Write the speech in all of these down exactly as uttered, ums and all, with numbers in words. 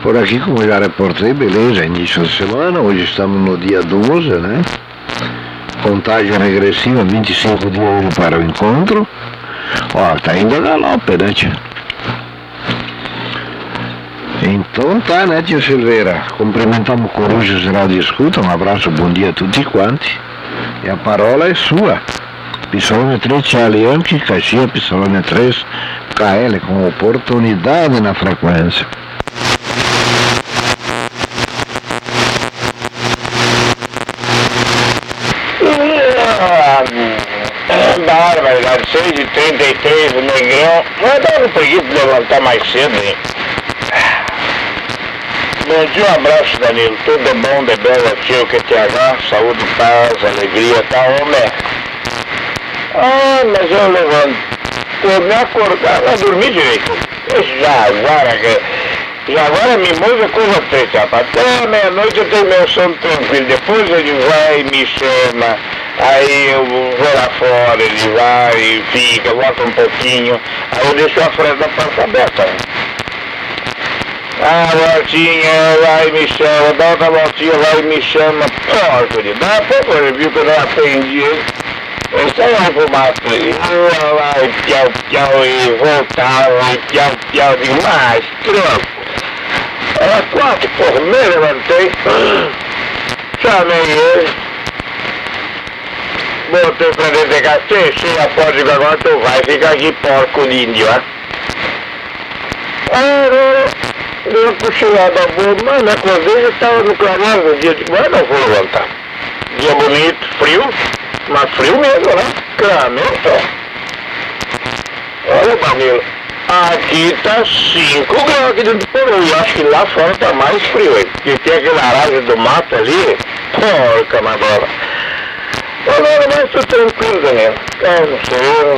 Por aqui, como eu já reportei, beleza, início da semana, hoje estamos no dia doze, né? Contagem regressiva, vinte e cinco dias hoje para o encontro. Ó, tá indo a galope, né, tia? Então tá, né, tio Silveira? Cumprimentamos o Coruja Geral de Escuta, um abraço, bom dia a tutti quanti. E a parola é sua. Pissolone três Charlie Yankee, Caxias, Pissolone três K L, com oportunidade na frequência. Barbaridade, seis e trinta e três, o Negrão. Não é dar um preguiça de levantar mais cedo, hein? Bom dia, um abraço, Danilo. Tudo é bom, de belo, tio, Q T H, saúde, paz, alegria, tá, homem? Ah, mas eu levanto. Eu me acordar, eu dormi direito. Esse Jaguara, que... Jaguara me move coisa triste, rapaz. Até meia-noite eu tenho meu sono tranquilo. Depois ele vai e me chama. Aí eu vou lá fora, ele vai e fica, volta um pouquinho. Aí eu deixo a frente da porta aberta. Ah, voltinha, vai e me chama, dá outra voltinha, vai e me chama. Porco de dá pouco ele viu que eu não atendi ele. Eu saí pro mato e ia lá e piau, piau, e voltava e piau, piau, demais, troco. Era quatro, por meio, levantei, chamei ele, botei pra dentro de casa, fechei a porta e agora tu vai ficar aqui, porco de índio, ó. Aí eu puxei lá da boa, mas na acordei, eu estava no clareiro no dia de manhã, não vou levantar. Dia bonito, frio, mas frio mesmo, né? Clamento. Olha, Danilo, aqui tá cinco graus aqui dentro do porão, e acho que lá fora tá mais frio, hein? Porque tem aquela aragem do mato ali, porca madola. Agora, mas tô tranquilo, Danilo. Calma, senhor.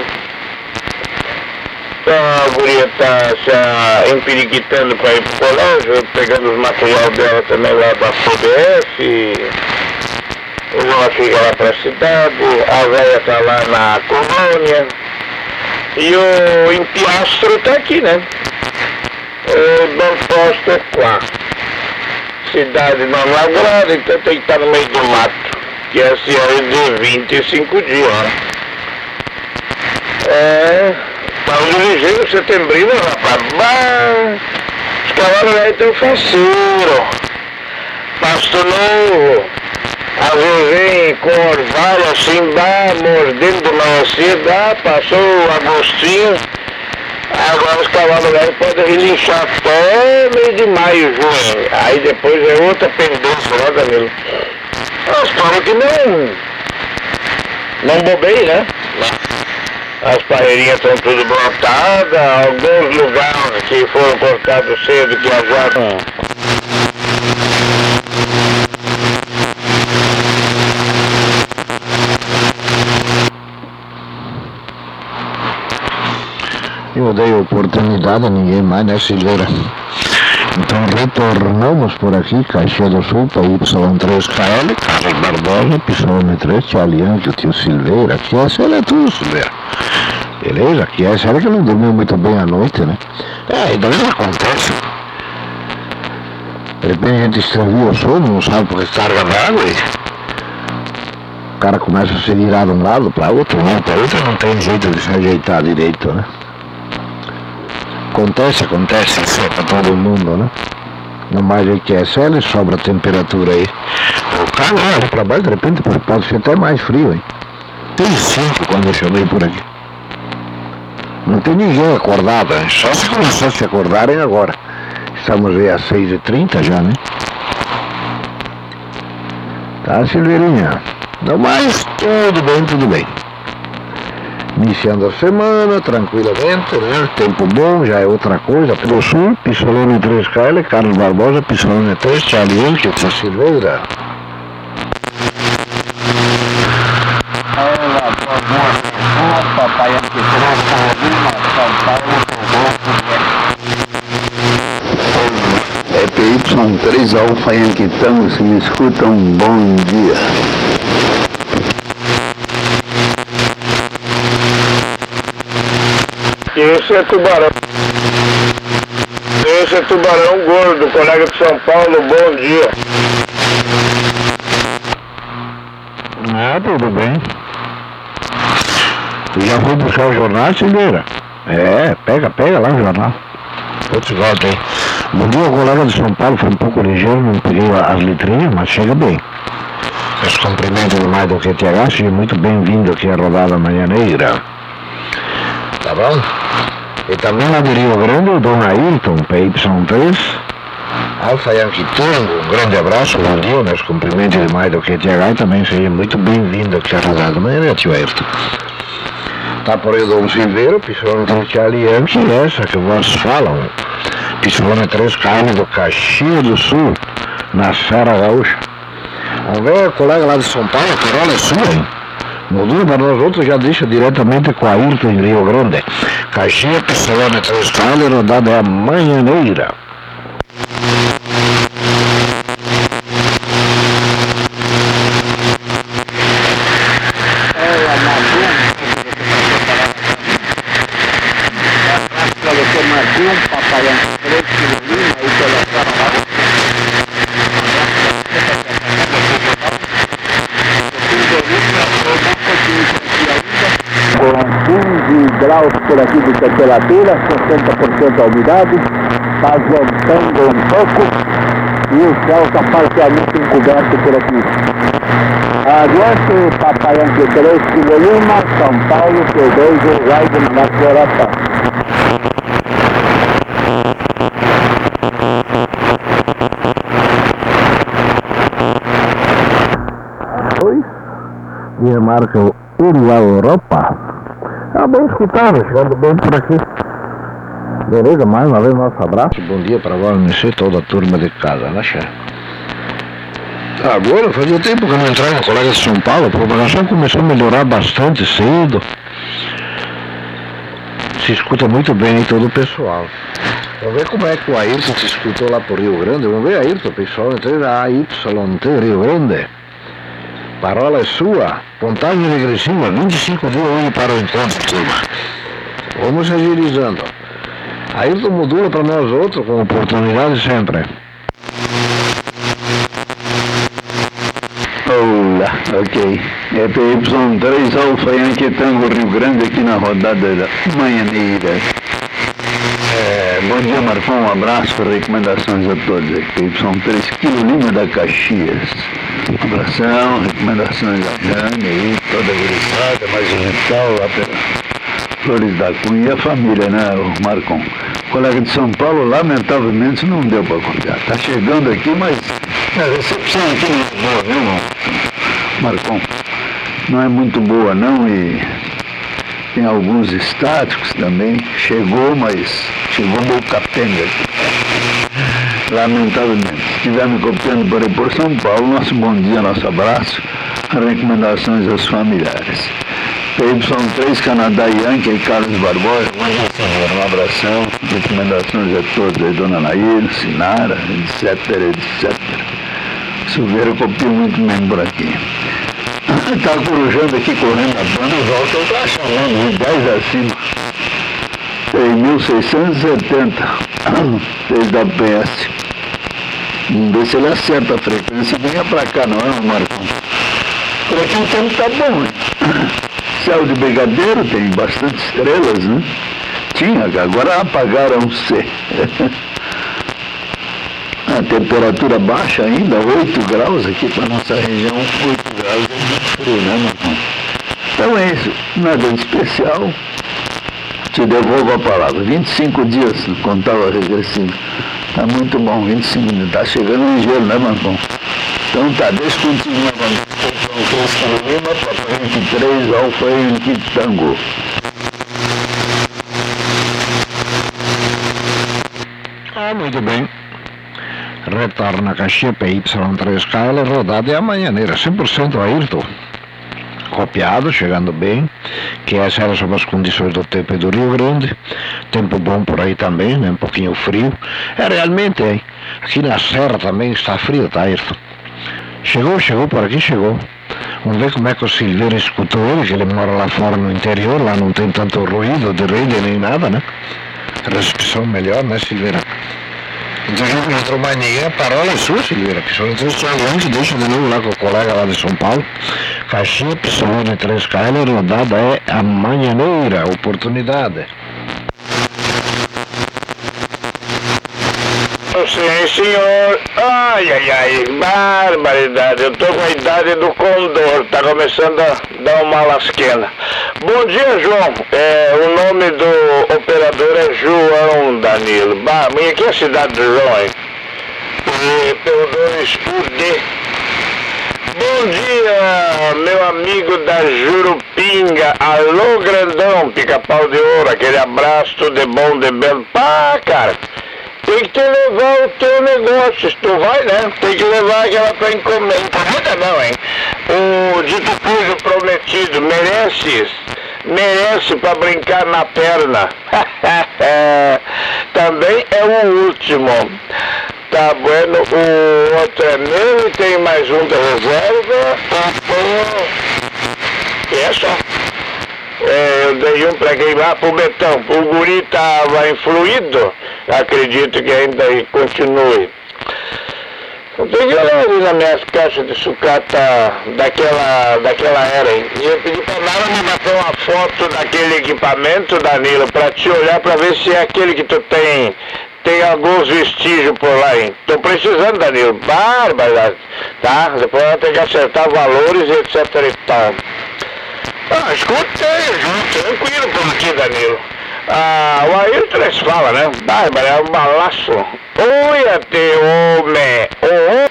A guria tá se emperiquitando para ir pro colégio, pegando os material dela também lá da P B F. Ela fica lá pra cidade, a velha tá lá na colônia. E o empiastro tá aqui, né? O Dom Posto é quatro. Cidade não lavrada, então tem que estar no meio do mato. Que é assim, é de vinte e cinco dias, né? É... Estamos dirigindo setembrino, rapaz. Bah, os cavalos aí estão faceiro. Pasto novo. Às vezes vem com orvalho assim, dá, mordendo na ansiedade, passou o Agostinho. Agora os cavalos velhos podem relinchar até meio de maio, junho. Aí depois é outra pendência, né, Danilo? Mas claro que não. Não bobei, né? As parreirinhas estão tudo brotadas, alguns lugares que foram cortados cedo, que ajudaram. Eu dei oportunidade a ninguém mais, né, Silveira? Então retornamos por aqui, Caxias do Sul, para Y três K L, Carlos Barbosa, Pissolone três, Charlie Yankee, o tio Silveira. Aqui essa é tudo, Silveira. Beleza? Aqui essa era que não dormiu muito bem à noite, né? É, e daí acontece. De repente a gente extravia o sono, não sabe por que carga d'água e o cara começa a se virar de um lado para outro, um para outro, não tem jeito de se ajeitar direito, né? Acontece, acontece, isso é pra todo mundo, né? No mais aí que é sério, sobra a temperatura aí. O cara olha pra baixo, de repente pode ser até mais frio, hein? Tem cinco quando eu chamei por aqui. Não tem ninguém acordado, hein? Só se começar a se acordarem agora. Estamos aí às seis e trinta já, né? Tá, Silveirinha? No mais, tudo bem, tudo bem. Iniciando a semana, tranquilamente, né? Tempo bom, já é outra coisa. Pelo Sul, Pissolone três K L, Carlos Barbosa, Pissolone três, Charlie Yankee, tia Silveira. Papai aqui, é P Y três Alfa Yankee Tango, se me escutam, bom dia. Esse é tubarão. Você Tubarão Gordo, colega de São Paulo, bom dia. Ah, tudo bem. Tu já foi buscar o jornal, Silveira? É, pega, pega lá o jornal. Outros volta aí. Bom dia, o colega de São Paulo foi um pouco ligeiro, não peguei as letrinhas, mas chega bem. Os cumprimentos do mais do que T H, seja muito bem-vindo aqui à Rodada Manhãneira. Tá bom? E também lá de Rio Grande, o Dom Ayrton, P Y três, Alfa Yankee Tango, um grande abraço, bom dia, meus cumprimentos de mais do que T H, e também seja muito bem-vindo aqui à Rodada Manhãneira, tio Ayrton. Tá por aí o Dom Silveira, Pistolone três Charlie Yankee, essa que vocês falam, Pistolone três Carne do Caxias do Sul, na Serra Gaúcha. Vamos ver, colega lá de São Paulo, a Carola é sua, hein? Modula para nós outros, já deixa diretamente com a Ayrton em Rio Grande. Caxias, Pistolone três Carne, Rodada é a Manhãneira. Graus por aqui de temperatura, sessenta por cento a umidade, está ventando um pouco e o céu está parcialmente encoberto por aqui. Adiante, Papai Yankee três, Kilo Lima, São Paulo, P dois, o Raiden na floração. Oi, Dinamarca, Uruguai, Europa. Ah, bem escutado, chegando bem por aqui. Beleza, mais uma vez nosso abraço. Bom dia para você e toda a turma de casa, né, chefe? Agora, fazia tempo que eu não entrava no colega de São Paulo, a propagação começou a melhorar bastante cedo. Se escuta muito bem em todo o pessoal. Vamos ver como é que o Ayrton se escutou lá por Rio Grande. Vamos ver, Ayrton, pessoal, entre a Y T Rio Grande. Parola é sua, contagem regressiva, vinte e cinco dias hoje para o encontro, turma. Vamos agilizando. Ayrton modula para nós outros, com oportunidade sempre. Olá, ok. É P Y três Alfa Yankee Tango Rio Grande aqui na Rodada da Manhãneira. É, bom dia, Marcão, um abraço, recomendações a todos. É P Y três Kilo Lima da Caxias. Um abração, recomendações a Jane aí, toda a gurizada, mais um vital lá pela Flores da Cunha e a família, né, o Marcão. Colega de São Paulo, lamentavelmente não deu para contar. Tá chegando aqui, mas a recepção aqui não é boa, viu, irmão? Marcão, não é muito boa não, e tem alguns estáticos também. Chegou, mas chegou meio capenga aqui. Lamentavelmente. Se estiver me copiando para ir por São Paulo, nosso bom dia, nosso abraço, recomendações aos familiares. P Y três Canadá Yankee e Carlos Barbosa, um abração, recomendações a todos aí, Dona Nair, Sinara, etc, etcétera. Silveira copia muito bem por aqui. Está corujando aqui, correndo a banda, volta, eu estou chamando de dez acima. Em mil seiscentos e setenta, desde a P S. Vamos ver se ele acerta a frequência. Venha pra cá, não é, Marcão? Por aqui o tempo tá bom, hein? Céu de brigadeiro, tem bastante estrelas, né? Tinha, agora apagaram-se. A temperatura baixa ainda, oito graus aqui para nossa região, oito graus é muito frio, né, Marcão? Então é isso, nada de especial. Te devolvo a palavra. vinte e cinco dias, contava regressivo. Tá muito bom, vinte e cinco dias. Tá chegando ligeiro, né, Marcão? Então tá, deixa contigo novamente. Cristo Lima, Papai Yankee três, Alfa Yankee Tango. Ah, muito bem. Retorna a Caxias P Y três K L, Rodada é a Manhãneira, cem por cento Ayrton. Copiado, chegando bem, que essa era sobre as condições do tempo e do Rio Grande. Tempo bom por aí também, né? Um pouquinho frio. É realmente, hein? Aqui na Serra também está frio, tá, Ayrton? Chegou, chegou por aqui, chegou. Vamos ver como é que o Silveira escutou ele, que ele mora lá fora no interior, lá não tem tanto ruído de rede nem nada, né? Recepção melhor, né, Silveira? Então já não entrou mais ninguém, a parola é sua, Silveira. Pessoal, então você longe, deixa de novo lá com o colega lá de São Paulo. Caixinha, Pessoal de três Kyler, rodada é a manhaneira, oportunidade. Sim, senhor. Ai, ai, ai, barbaridade. Eu tô com a idade do condor, tá começando a dar uma lasquena. Bom dia, João. É, o nome do operador é João, Danilo. Bah, mas aqui é a cidade do João, hein? E pelo dois U D. Bom dia, meu amigo da Jurupinga. Alô, grandão, pica-pau de ouro. Aquele abraço, tudo de bom, de belo. Pá, cara. Tem que te levar o teu negócio, se tu vai, né? Tem que levar aquela tua encomenda. Encomenda não, hein? O dito cujo prometido, mereces, merece pra brincar na perna. Também é o último. Tá bueno, o outro é meu e tem mais um da reserva. E é só. É, eu dei um pra quem lá pro Betão. O guri tava influído. Acredito que ainda continue. Eu tenho que olhar ali nas minhas caixas de sucata daquela, daquela era, hein? E eu pedi pra Nara me bater uma foto daquele equipamento, Danilo, pra te olhar pra ver se é aquele que tu tem, tem alguns vestígios por lá, hein? Tô precisando, Danilo. Bárbara, tá? Depois eu vou ter que acertar valores e etc e tal. Ah, escuta aí, tranquilo por aqui, Danilo. Ah, o Ayrton se fala, né? Bárbara, é um balaço. Oi, até homem. Oh.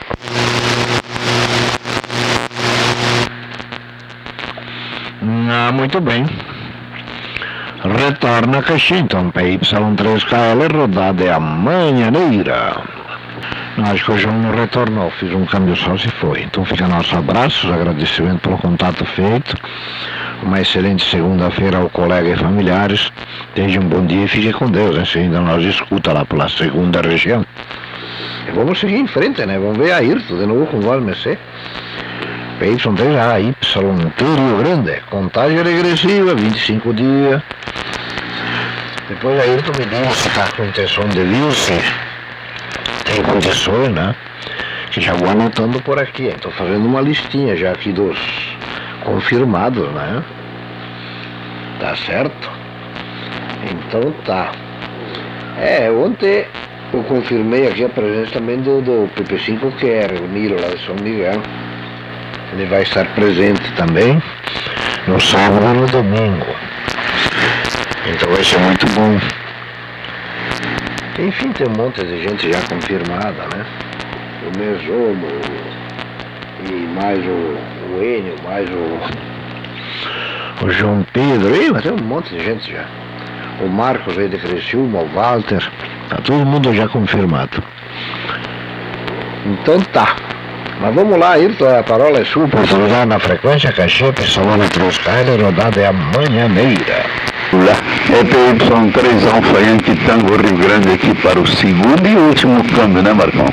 Ah, muito bem. Retorna a caixinha, então, P Y três K L, rodada é a manhaneira. Acho que o João não retornou, fiz um câmbio só se foi. Então fica nosso abraço, agradecimento pelo contato feito. Uma excelente segunda-feira ao colega e familiares. Tenha um bom dia e fique com Deus, né? Se ainda nós escuta lá pela segunda região. E vamos seguir em frente, né? Vamos ver a Ayrton de novo com o Valme C. P Y três A Y T Rio Grande. Contagem regressiva, vinte e cinco dias. Depois a Ayrton me diz se está com intenção de vir, se tem condições, né? Que já vou anotando por aqui. Estou fazendo uma listinha já aqui dos confirmados, né? Tá certo? Então tá. É, ontem eu confirmei aqui a presença também do, do P P cinco Q R, o Nilo lá de São Miguel. Ele vai estar presente também no sábado e no domingo. Então vai ser muito bom. Enfim, tem um monte de gente já confirmada, né? O Mesomo e mais o, o Enio, mais o, o João Pedro, e, mas tem um monte de gente já. O Marcos veio de Criciúma, o Walter, tá todo mundo já confirmado. Então tá. Mas vamos lá, Ayrton, a parola é sua, para usar na frequência, caixinha, pessoal na três K L, rodada é a manhaneira. É P Y três Alfa Yankee Tango Rio Grande aqui para o segundo e último câmbio, né, Marcão?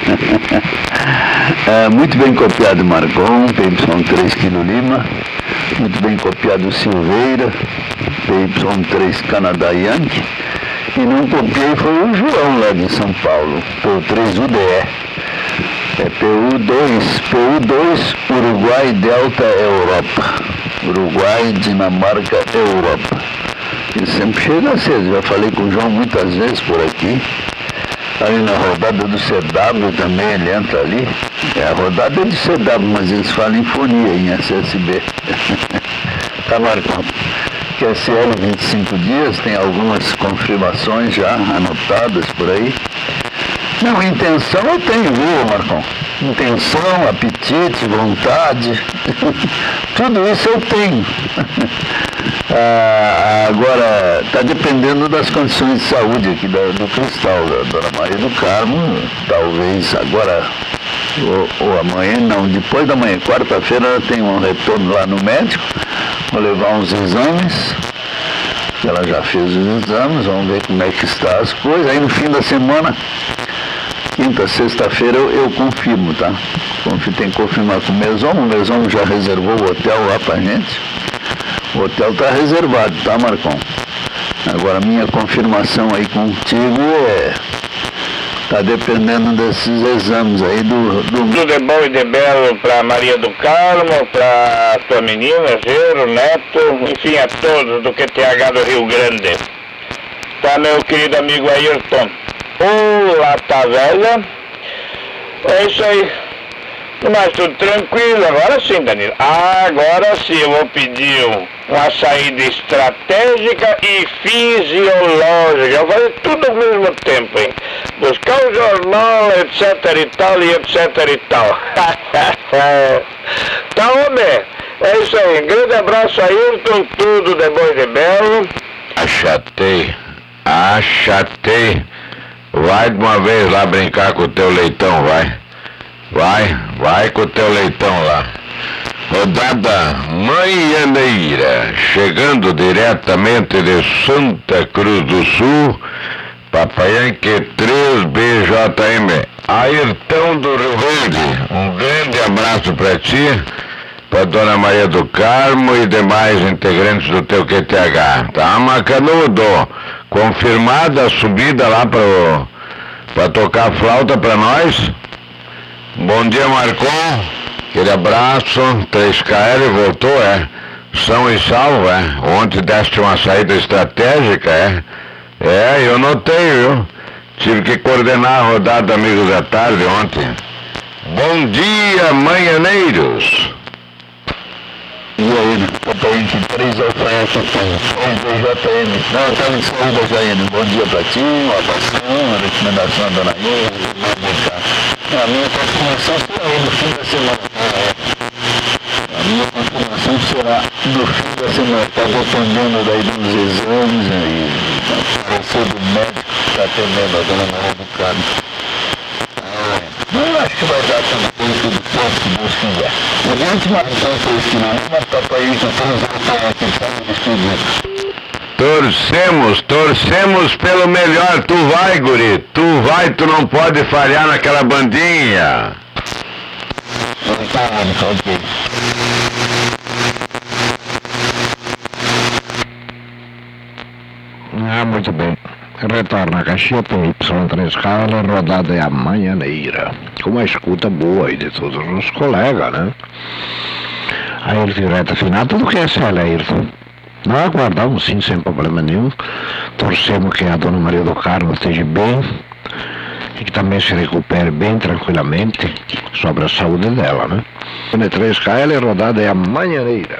É, muito bem copiado, Marcão, P Y três Kilo Lima. Muito bem copiado, Silveira, P Y três Canadá Yankee. E não copiei foi o João lá de São Paulo, P U três U D E. É P U dois, P U dois, Uruguai Delta Europa. Uruguai, Dinamarca, Europa. E sempre chega cedo, já falei com o João muitas vezes por aqui. Ali na rodada do C W também ele entra ali. É a rodada é de C W, mas eles falam em fonia, em S S B. Tá marcando. Q S L vinte e cinco dias, tem algumas confirmações já anotadas por aí. Não, intenção eu tenho, viu, Marcão? Intenção, apetite, vontade, tudo isso eu tenho. Ah, agora, está dependendo das condições de saúde aqui da, do Cristal, da Dona Maria do Carmo, talvez agora, ou, ou amanhã, não, depois da manhã, quarta-feira, ela tem um retorno lá no médico, vou levar uns exames, ela já fez os exames, vamos ver como é que está as coisas, aí no fim da semana, quinta, sexta-feira eu, eu confirmo, tá? Tem que confirmar com o Mesomo, o Mesomo já reservou o hotel lá pra gente. O hotel está reservado, tá, Marcão? Agora, minha confirmação aí contigo é... Tá dependendo desses exames aí do... do... Tudo de bom e de belo pra Maria do Carmo, pra tua menina, Gero, Neto, enfim, a todos do Q T H do Rio Grande. Tá, meu querido amigo Ayrton. Olá, tá velha. É isso aí. Mas tudo tranquilo, agora sim, Danilo. Agora sim eu vou pedir uma saída estratégica e fisiológica. Eu vou fazer tudo ao mesmo tempo, hein? Buscar o jornal, etc e tal, e etc e tal. Tá, homem? É isso aí. Grande abraço, Ayrton. Tudo de bom e de belo. Achatei. Achatei. Vai de uma vez lá brincar com o teu leitão, vai. Vai, vai com o teu leitão lá. Rodada manhãneira, chegando diretamente de Santa Cruz do Sul, Papai Yankee três B J M, Ayrton do Rio Verde. Um grande abraço para ti, para Dona Maria do Carmo e demais integrantes do teu Q T H. Tá, Macanudo? Confirmada a subida lá para tocar flauta para nós? Bom dia, Marcon. Aquele abraço. três K L voltou, é? São e salvo, é? Ontem deste uma saída estratégica, é? É, eu notei, viu? Tive que coordenar a rodada Amigos da Tarde ontem. Bom dia, manhãneiros. E aí, Papai três alfaiate, um B J M. Não, tá em saúde, J N. Bom dia pra ti, uma abração, uma recomendação da Dona Ilha. A minha confirmação será no fim da semana. A minha confirmação será no fim da semana. Está dependendo daí dos exames aí, da parecer do médico que está atendendo a Dona Maria do Carmo. Não acho que vai dar também tudo certo, se Deus quiser. A última então foi esse final, mas Papai Yankee três aqui, sabe, despedido. Torcemos, torcemos pelo melhor. Tu vai, guri. Tu vai, tu não pode falhar naquela bandinha. Ah, muito bem. Retorna a Caxieta Y três K, rodada é a manhãneira. Com uma escuta boa aí de todos os colegas, né? Ayrton, reta final, tudo que é sério, Ayrton. Nós aguardamos sim, sem problema nenhum. Torcemos que a Dona Maria do Carmo esteja bem e que também se recupere bem tranquilamente sobre a saúde dela, né? três K L, rodada é a manhãneira.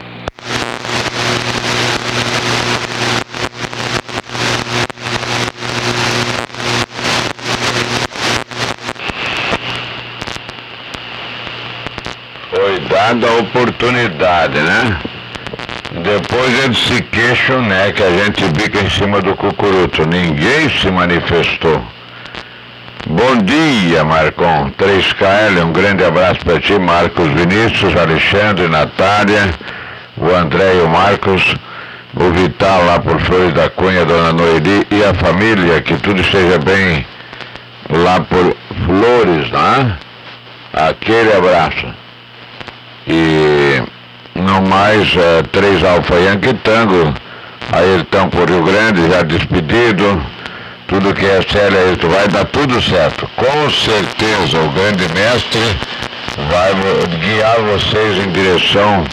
Foi dada a oportunidade, né? Depois eles se queixam, né, que a gente bica em cima do cucuruto. Ninguém se manifestou. Bom dia, Marcon. três K L, um grande abraço para ti, Marcos Vinícius, Alexandre, Natália, o André e o Marcos, o Vital lá por Flores da Cunha, Dona Noeli e a família, que tudo esteja bem lá por Flores, né? Aquele abraço. E... não mais é, três Alfa Yankee Tango, Ayrton por Rio Grande, já despedido, tudo que é sério, Ayrton, vai dar tudo certo. Com certeza o grande mestre vai guiar vocês em direção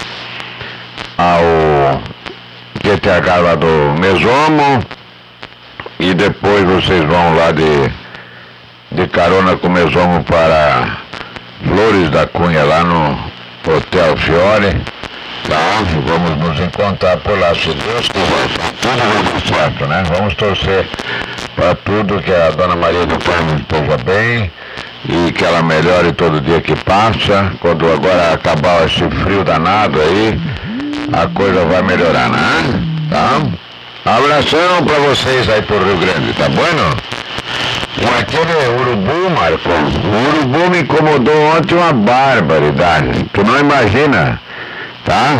ao Q T H lá do Mesomo, e depois vocês vão lá de, de carona com o Mesomo para Flores da Cunha, lá no Hotel Fiore. Tá, vamos nos encontrar por lá, se Deus quiser. Tudo vai dar certo, né? Vamos torcer para tudo, que a Dona Maria do Carmo esteja bem e que ela melhore todo dia que passa. Quando agora acabar esse frio danado aí, a coisa vai melhorar, né? Tá? Abração para vocês aí por Rio Grande, tá bom? Com aquele urubu, Marco, o urubu me incomodou ontem uma barbaridade. Tu não imagina. Tá?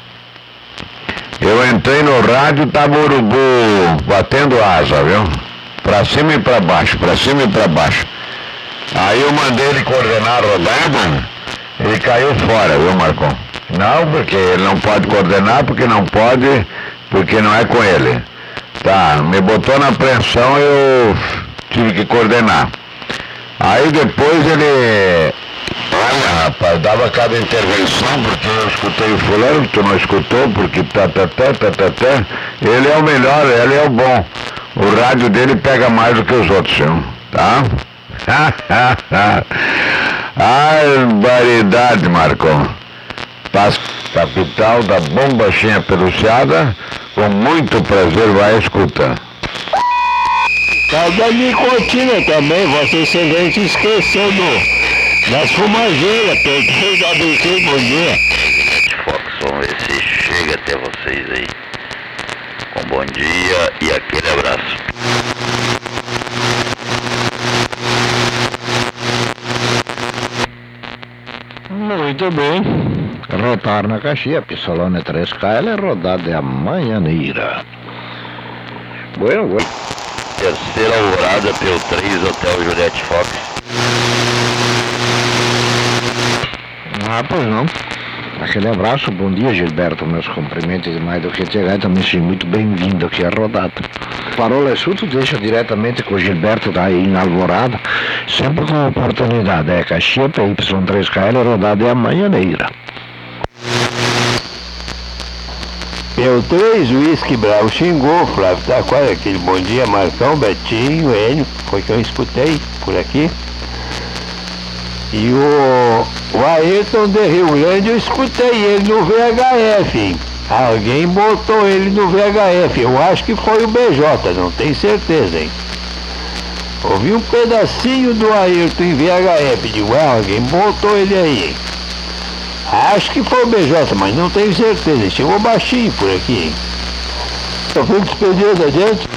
Eu entrei no rádio, tava o urubu batendo asa, viu? Pra cima e pra baixo, pra cima e pra baixo. Aí eu mandei ele coordenar a rodada, ele caiu fora, viu, Marcon? Não, porque ele não pode coordenar, porque não pode, porque não é com ele. Tá, me botou na pressão, eu tive que coordenar. Aí depois ele... Olha, rapaz, dava cada intervenção, porque eu escutei o fulano, tu não escutou, porque tá, tá, tá, tá, tá, tá. Ele é o melhor, ele é o bom. O rádio dele pega mais do que os outros, viu? Tá? Barbaridade, Marcão. Paz, capital da bombachinha peluciada, com muito prazer vai escutar. Tá da nicotina também, você excelente esqueceu do... Das fumageiras, P três A B C, bom dia. Fox, vamos ver se chega até vocês aí. Com bom dia e aquele abraço. Muito bem. Rotar na caixinha, Pissolone três K, ela é rodada amanhaneira. Bueno, bueno. Terceira alvorada, P três, Hotel Juliette Fox. Ah, pois não. Aquele abraço, bom dia, Gilberto, meus cumprimentos demais do que chegar, também seja muito bem-vindo aqui à rodada. Parola é sua, tu deixa diretamente com o Gilberto daí na Alvorada, sempre com oportunidade, é Caxias, P Y três K L, rodada é amanhaneira. P três, Whisky Bravo xingou, Flávio Taquara, aquele bom dia, Marcão, Betinho, Hélio, foi que eu escutei por aqui. E o, o Ayrton de Rio Grande, eu escutei ele no V H F, hein? Alguém botou ele no V H F, eu acho que foi o B J, não tenho certeza, hein? Ouvi um pedacinho do Ayrton em V H F, digo, ah, alguém botou ele aí, hein? Acho que foi o B J, mas não tenho certeza, ele chegou baixinho por aqui, hein? Eu fui despedir da gente.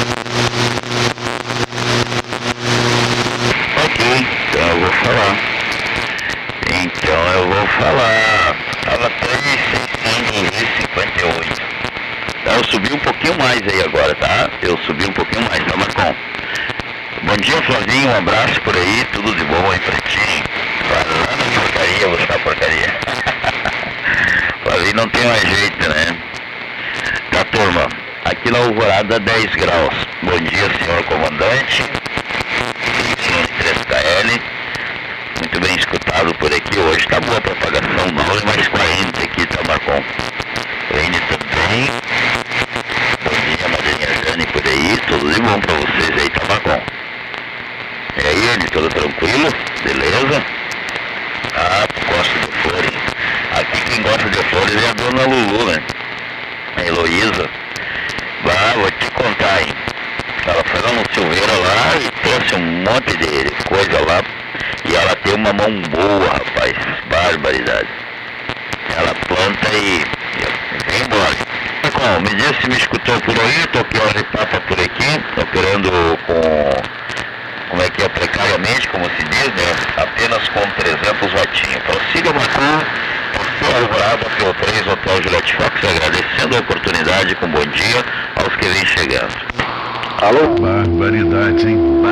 Ok, então eu vou falar. Então eu vou falar. Tava três mil seiscentos e cinquenta e oito. Tá, eu subi um pouquinho mais aí agora, tá? Eu subi um pouquinho mais, tá, Marcão? Bom dia, Flavinho, um abraço por aí, tudo de bom aí pra ti. Falando porcaria, vou buscar porcaria. Flavinho não tem mais jeito, né? Tá, turma, aqui na Alvorada dez graus. Bom dia, senhor comandante. três K L. Muito bem escutado por aqui. Hoje tá boa a propagação, nove mais quarenta aqui, tá, Marcon? Lene também. Bom dia, Madrinha Jane por aí. Tudo de bom pra vocês aí, tá, Marcon? E aí, Ele, tudo tranquilo? Beleza? Ah, gosto de flores. Aqui quem gosta de flores é a dona Lulu, né? A Heloísa. Bah, vou te contar, hein? Ela foi lá no Silveira lá e trouxe um monte de coisa lá. E ela tem uma mão boa, rapaz. Barbaridade. Ela planta e, e vem embora. Bom, me diz se me escutou por aí. Tô aqui hora de papa por aqui. Operando com... Como é que é? Precariamente, como se diz, né? Apenas com trezentos wattinhos. Prossiga, Marcão. Você Alvorada, P três, Hotel Juliette Fox. Agradecendo a oportunidade com bom dia aos que vêm chegando. Alô? Barbaridade, hein?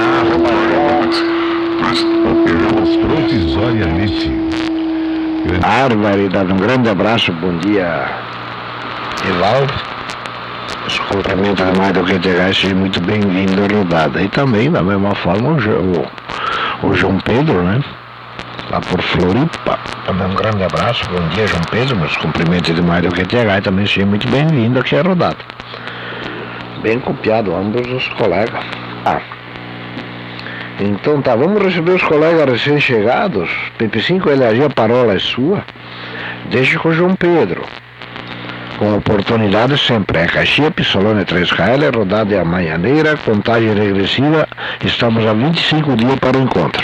Mas operamos provisoriamente. Barbaridade, um grande abraço, bom dia, Evaldo. Os cumprimentos mais do que chegar, seja muito bem-vindo à rodada. E também, da mesma forma, o, Jo- o, o João Pedro, né? Lá por Floripa. Também um grande abraço, bom dia, João Pedro. Meus cumprimentos demais do que chegar e também seja muito bem-vindo aqui à rodada. Bem copiado, ambos os colegas. Ah. Então tá, vamos receber os colegas recém-chegados. P P cinco L A G, a parola é sua. Deixa com o João Pedro. Com oportunidade sempre. É Caxias, Pissolone três K L, rodada é amanhaneira, contagem regressiva. Estamos a vinte e cinco dias para o encontro.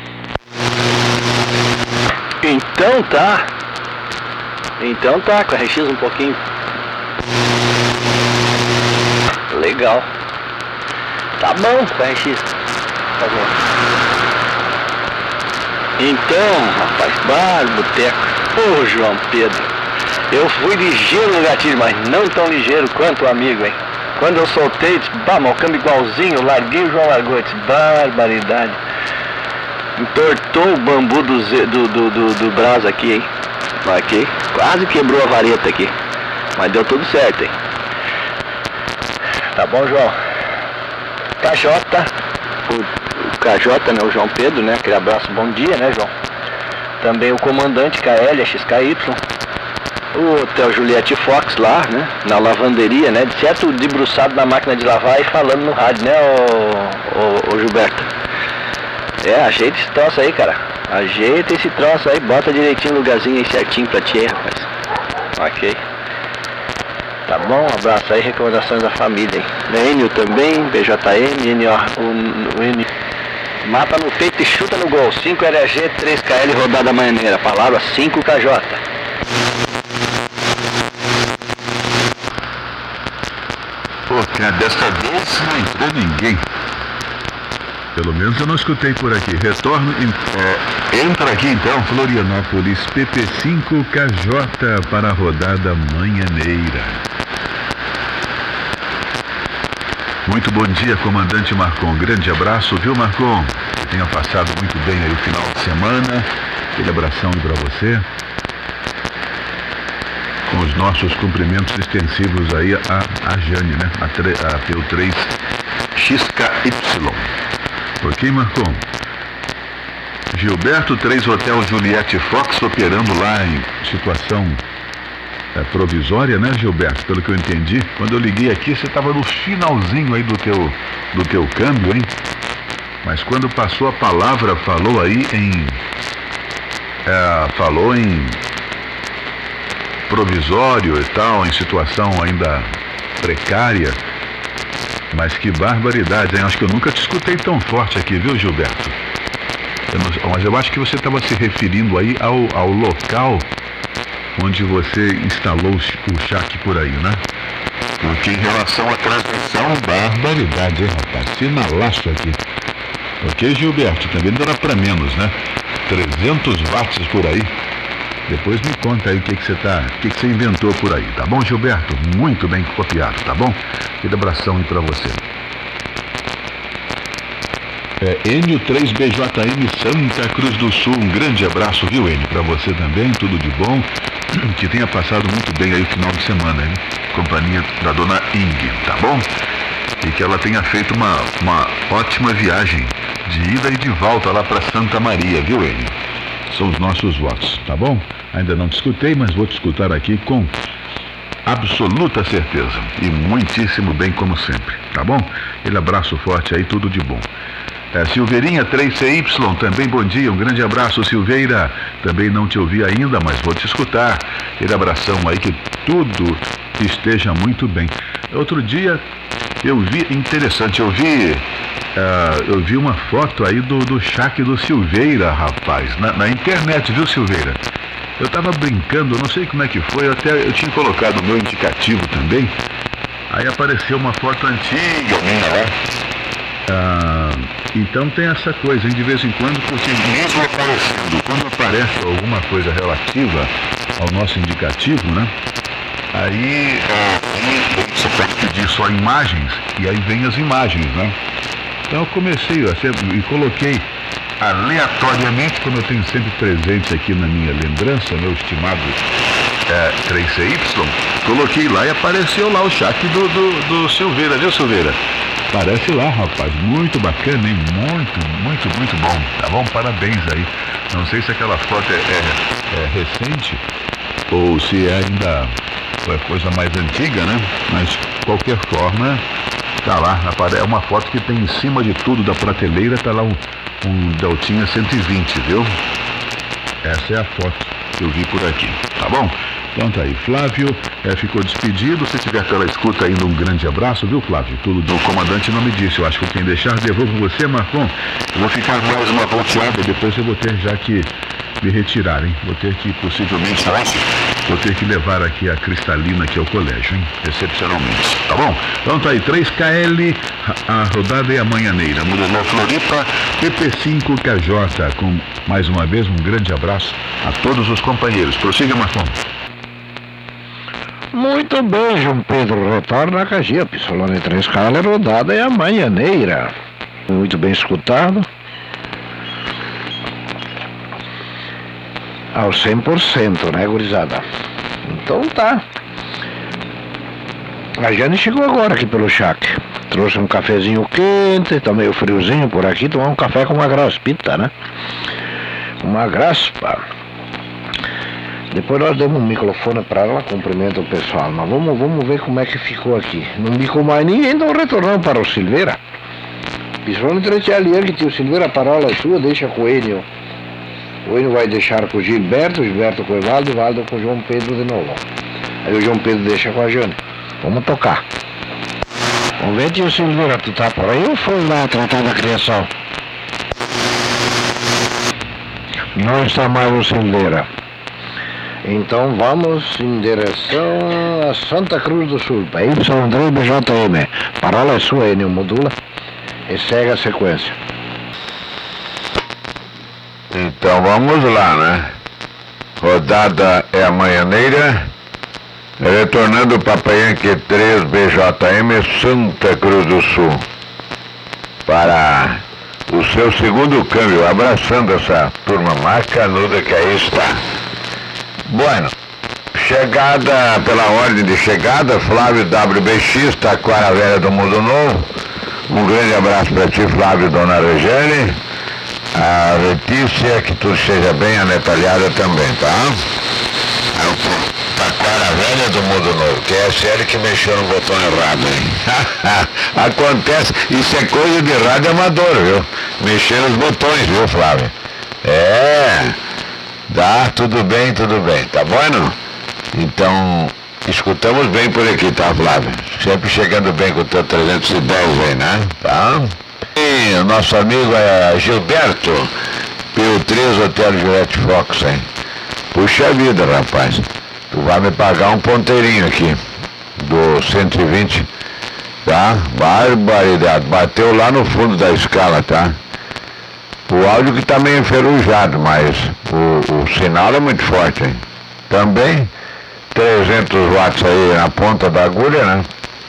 Então tá. Então tá, com a R X um pouquinho. Legal. Tá bom com a R X. Tá bom. Então, rapaz, bar, boteco. Ô, João Pedro. Eu fui ligeiro no gatilho, mas não tão ligeiro quanto o amigo, hein? Quando eu soltei, disse, bah, mas o câmbio igualzinho, larguei o João largou, disse, barbaridade. Entortou o bambu do, ze- do, do, do, do braço aqui, hein? Aqui, quase quebrou a vareta aqui. Mas deu tudo certo, hein? Tá bom, João? Caixota, o K J, né, o João Pedro, né, aquele abraço, bom dia, né, João? Também o comandante K L, X K Y, o Hotel Juliette Fox lá, né, na lavanderia, né, de certo debruçado na máquina de lavar e falando no rádio, né, ô, ô, ô Gilberto? É, ajeita esse troço aí, cara, ajeita esse troço aí, bota direitinho o lugarzinho aí certinho pra ti aí, rapaz. Ok. Tá bom, um abraço aí, recomendações da família aí. Enio também, B J M, N O, o, o N... Mata no peito e chuta no gol. cinco L G, três K L, rodada manhãneira. Palavra cinco K J. Pô, cara, dessa vez não entrou ninguém. Pelo menos eu não escutei por aqui. Retorno, é, entra aqui então, Florianópolis, P P cinco K J para a rodada manhãneira. Muito bom dia, comandante Marcon. Grande abraço, viu, Marcon? Que tenha passado muito bem aí o final de semana. Aquele abração aí para você. Com os nossos cumprimentos extensivos aí a, a Jane, né? A, tre, a P U três X K Y. Ok, Marcon? Gilberto, três Hotel Juliette Fox operando lá em situação é, provisória, né, Gilberto? Pelo que eu entendi, quando eu liguei aqui, você estava no finalzinho aí do teu, do teu câmbio, hein? Mas quando passou a palavra, falou aí em... É, falou em provisório e tal, em situação ainda precária. Mas que barbaridade, hein? Acho que eu nunca te escutei tão forte aqui, viu, Gilberto? Eu não, mas eu acho que você estava se referindo aí ao, ao local onde você instalou o chat por aí, né? Porque em relação à transmissão, barbaridade, hein, rapaz? Sinalaço aqui. Ok, Gilberto? Também não era para menos, né? trezentos watts por aí. Depois me conta aí o que, que você tá, o que, que você inventou por aí, tá bom, Gilberto? Muito bem copiado, tá bom? Aquele abração aí pra você. É, Enio três B J M Santa Cruz do Sul, um grande abraço, viu, Enio? Pra você também, tudo de bom. Que tenha passado muito bem aí o final de semana, hein? Companhia da dona Ing, tá bom? E que ela tenha feito uma, uma ótima viagem de ida e de volta lá pra Santa Maria, viu, Enio? São os nossos votos, tá bom? Ainda não te escutei, mas vou te escutar aqui com absoluta certeza. E muitíssimo bem, como sempre, tá bom? Aquele abraço forte aí, tudo de bom. É, Silveirinha três C Y, também bom dia, um grande abraço, Silveira. Também não te ouvi ainda, mas vou te escutar. Aquele abração aí, que tudo esteja muito bem. Outro dia eu vi, interessante, eu vi... Uh, eu vi uma foto aí do, do Chac do Silveira, rapaz, na, na internet, viu, Silveira? Eu tava brincando, eu não sei como é que foi, eu até eu tinha colocado o meu indicativo também, aí apareceu uma foto antiga minha, né? Uh, então tem essa coisa, hein, de vez em quando, porque mesmo aparecendo, quando aparece alguma coisa relativa ao nosso indicativo, né? Aí uh, você pode pedir só imagens, e aí vem as imagens, né? Então eu comecei a, e coloquei aleatoriamente, como eu tenho sempre presente aqui na minha lembrança, meu estimado é, três C Y, coloquei lá e apareceu lá o chat do, do, do Silveira, viu, Silveira? Aparece lá, rapaz, muito bacana, hein? Muito, muito, muito bom, tá bom? Parabéns aí. Não sei se aquela foto é, é, é recente ou se é ainda é coisa mais antiga, né? Mas, de qualquer forma... Tá lá, é uma foto que tem em cima de tudo da prateleira, tá lá um, um Deltinha cento e vinte, viu? Essa é a foto que eu vi por aqui, tá bom? Então tá aí, Flávio é, ficou despedido, se tiver pela escuta ainda um grande abraço, viu, Flávio? Tudo do comandante não me disse, eu acho que quem deixar devolvo você, Marcon. Eu vou ficar mais uma volteada, depois eu vou ter já que me retirar, hein? Vou ter que, possivelmente, vou ter que levar aqui a Cristalina aqui ao colégio, hein? Excepcionalmente, tá bom? Então tá aí, três K L, a rodada é a manhãneira, muda na Floripa, P P cinco K J, com mais uma vez um grande abraço a todos os companheiros. Prossiga, Marcon. Muito bem, João Pedro, retorna a Cagia, Pissolone três K L, rodada é a manhãneira. Muito bem escutado. Ao cem por cento, né, gurizada? Então tá. A Jane chegou agora aqui pelo chat. Trouxe um cafezinho quente, tá meio friozinho por aqui, tomar um café com uma graspita, né? Uma graspa. Depois nós demos um microfone para ela, cumprimenta o pessoal. Mas vamos, vamos ver como é que ficou aqui. Não ficou mais ninguém, então retornamos para o Silveira. Principalmente o Tia Lian, que tinha o Silveira, a parola é sua, deixa com o Enio. O Enio vai deixar com o Gilberto, o Gilberto com o Evaldo, o Evaldo com o João Pedro de novo. Aí o João Pedro deixa com a Jane. Vamos tocar. Vamos ver, tio Silveira, tu tá por aí ou foi lá tratar da criação? Não está mais o Silveira. Então vamos em direção a Santa Cruz do Sul, para Y três B J M. Parola é sua, Enio, modula e segue a sequência. Então vamos lá, né? Rodada é a manhaneira, retornando para Payanque três B J M, Santa Cruz do Sul, para o seu segundo câmbio, abraçando essa turma mais canuda que aí está. Bueno, chegada pela ordem de chegada, Flávio W B X, Taquara Velha do Mundo Novo. Um grande abraço para ti, Flávio, dona Regiane. A Letícia, que tudo seja bem, a Netalhada também, tá? Taquara Velha do Mundo Novo, que é a série que mexeu no botão errado, hein? Acontece, isso é coisa de rádio amador, viu? Mexer nos botões, viu, Flávio? É... Tá, tudo bem, tudo bem, tá bom? Então, escutamos bem por aqui, tá, Flávio? Sempre chegando bem com o teu trezentos e dez aí, né? Tá? E o nosso amigo é Gilberto, P U três Hotel Juliette Fox, hein? Puxa vida, rapaz. Tu vai me pagar um ponteirinho aqui, do cento e vinte, tá? Barbaridade, bateu lá no fundo da escala, tá? O áudio que está meio enferrujado, mas o, o sinal é muito forte, hein? Também trezentos watts aí na ponta da agulha, né?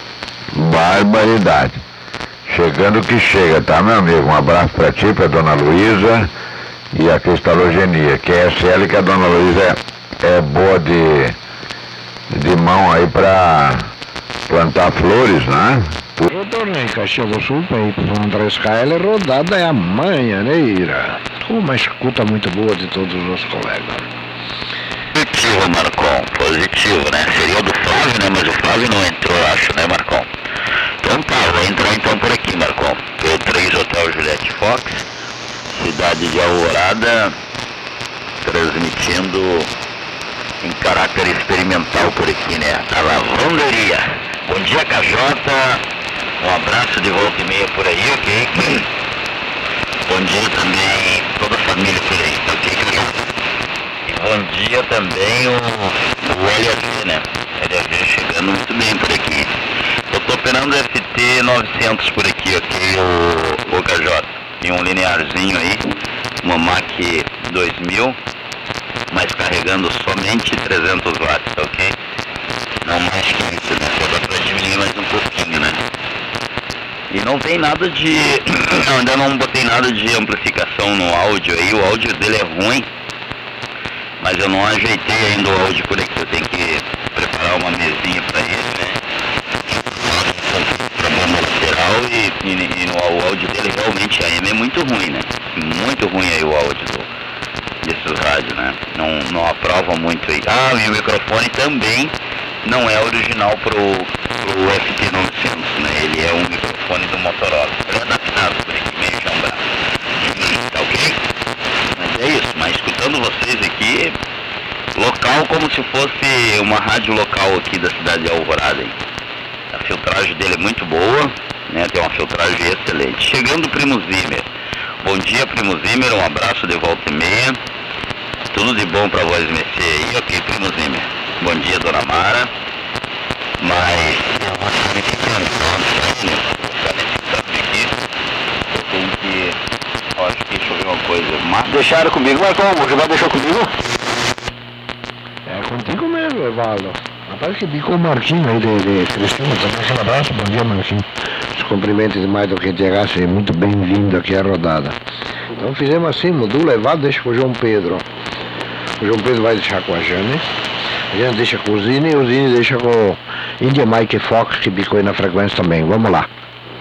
Barbaridade. Chegando que chega, tá, meu amigo? Um abraço pra ti, pra dona Luísa e a cristalogenia, que é S L, que a dona Luísa é, é boa de, de mão aí pra plantar flores, né? Retornei Caxias do Sul para Y três K L, rodada é a manhaneira. Uma escuta muito boa de todos os colegas. Positivo, Marcon, positivo, né? Seria o do Flávio, né? Mas o Flávio não entrou, acho, né, Marcon? Então tá, vou entrar então por aqui, Marcon. P três Hotel Juliette Fox, cidade de Alvorada, transmitindo em caráter experimental por aqui, né? A lavanderia. Bom dia, K J. Um abraço de volta e meia por aí, ok? Bom dia também toda a família por aí, tá ok, K J? E bom dia também o, o L H, né? L H chegando muito bem por aqui. Eu tô operando F T novecentos por aqui, ok, o, o K J? E um linearzinho aí, uma Mac dois mil, mas carregando somente trezentos watts, tá ok? Não mais que isso, né? Só dá pra diminuir mais um pouquinho, né? E não tem nada de... Eu ainda não botei nada de amplificação no áudio aí, o áudio dele é ruim, mas eu não ajeitei ainda o áudio por aqui, eu tenho que preparar uma mesinha pra ele, né? Pra bomba lateral e, e, e no, o áudio dele realmente, a A M é muito ruim, né? Muito ruim aí o áudio do, desses rádios, né? Não, não aprova muito aí. Ah, e o microfone também não é original pro, pro F T novecentos, né? Ele é um microfone do Motorola. Ele é adaptado por aqui, meio chambrado. Tá ok? Mas é isso, mas escutando vocês aqui, local como se fosse uma rádio local aqui da cidade de Alvorada, hein? A filtragem dele é muito boa, né? Tem uma filtragem excelente. Chegando o Primo Zimmer. Bom dia, Primo Zimmer, um abraço de volta e meia. Tudo de bom pra voz mexer aí, ok, Primo Zimmer. Bom dia, Dona Mara. Mas eu vou estar me ficando, então, vou ficar me ficando aqui. Eu tenho que... Eu acho que deixa eu ver uma coisa. Mas deixaram comigo, mas como? Você vai deixar comigo? É contigo mesmo, Evaldo. Rapaz, que bico o Marquinho aí de, de Cristina. Também um abraço, bom dia, Marquinho. Os cumprimentos demais do que chegasse, muito bem-vindo aqui à rodada. Então fizemos assim, modula Evaldo, deixa com o João Pedro. O João Pedro vai deixar com a Jane. A Jane deixa com o Zine e o Zine deixa com o India Mike Fox, que bicou aí na frequência também. Vamos lá.